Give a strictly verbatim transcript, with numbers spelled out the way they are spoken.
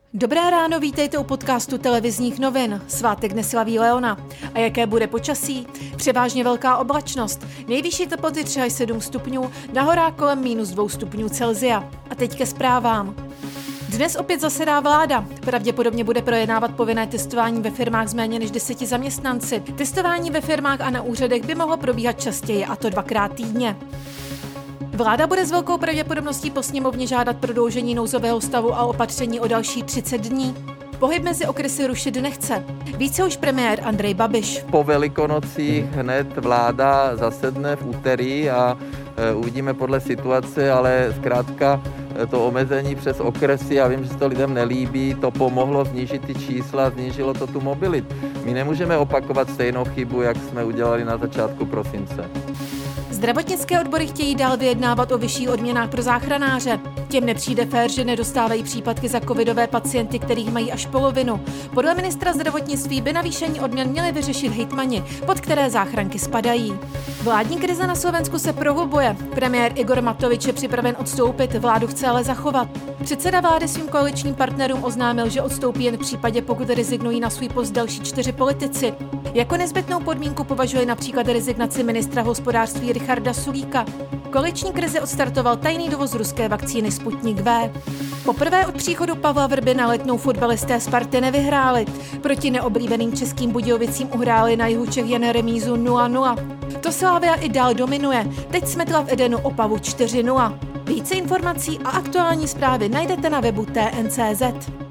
Dobré ráno, vítejte u podcastu televizních novin. Svátek neslaví Leona. A jaké bude počasí? Převážně velká oblačnost. Nejvyšší teploty tři až sedm stupňů, na horách kolem minus dva stupňů Celsia. A teď ke zprávám. Dnes opět zasedá vláda. Pravděpodobně bude projednávat povinné testování ve firmách s méně než deseti zaměstnanci. Testování ve firmách a na úřadech by mohlo probíhat častěji, a to dvakrát týdně. Vláda bude s velkou pravděpodobností po sněmovně žádat prodloužení nouzového stavu a opatření o další třicet dní. Pohyb mezi okresy rušit nechce. Více už premiér Andrej Babiš. Po Velikonocích hned vláda zasedne v úterý a e, uvidíme podle situace, ale zkrátka e, to omezení přes okresy, já vím, že se to lidem nelíbí, to pomohlo snížit ty čísla, snížilo to tu mobilitu. My nemůžeme opakovat stejnou chybu, jak jsme udělali na začátku prosince. Zdravotnické odbory chtějí dál vyjednávat o vyšších odměnách pro záchranáře. Těm nepřijde fér, že nedostávají příplatky za covidové pacienty, kterých mají až polovinu. Podle ministra zdravotnictví by navýšení odměn měli vyřešit hejtmani, pod které záchranky spadají. Vládní krize na Slovensku se prohlubuje. Premiér Igor Matovič je připraven odstoupit, vládu chce ale zachovat. Předseda vlády svým koaličním partnerům oznámil, že odstoupí jen v případě, pokud rezignují na svůj post další čtyři politici. Jako nezbytnou podmínku považuje například rezignaci ministra hospodářství Richarda Sulíka. Koaliční krizi odstartoval tajný dovoz ruské vakcíny Sputnik V. Poprvé od příchodu Pavla Vrby na Letnou fotbalisté Sparty nevyhráli. Proti neoblíbeným českým Budějovicím uhráli na jihu Čech jen remízu nula nula. To Slavia i dál dominuje. Teď smetla v Edenu Opavu čtyři nula. Více informací a aktuální zprávy najdete na webu T N C Z.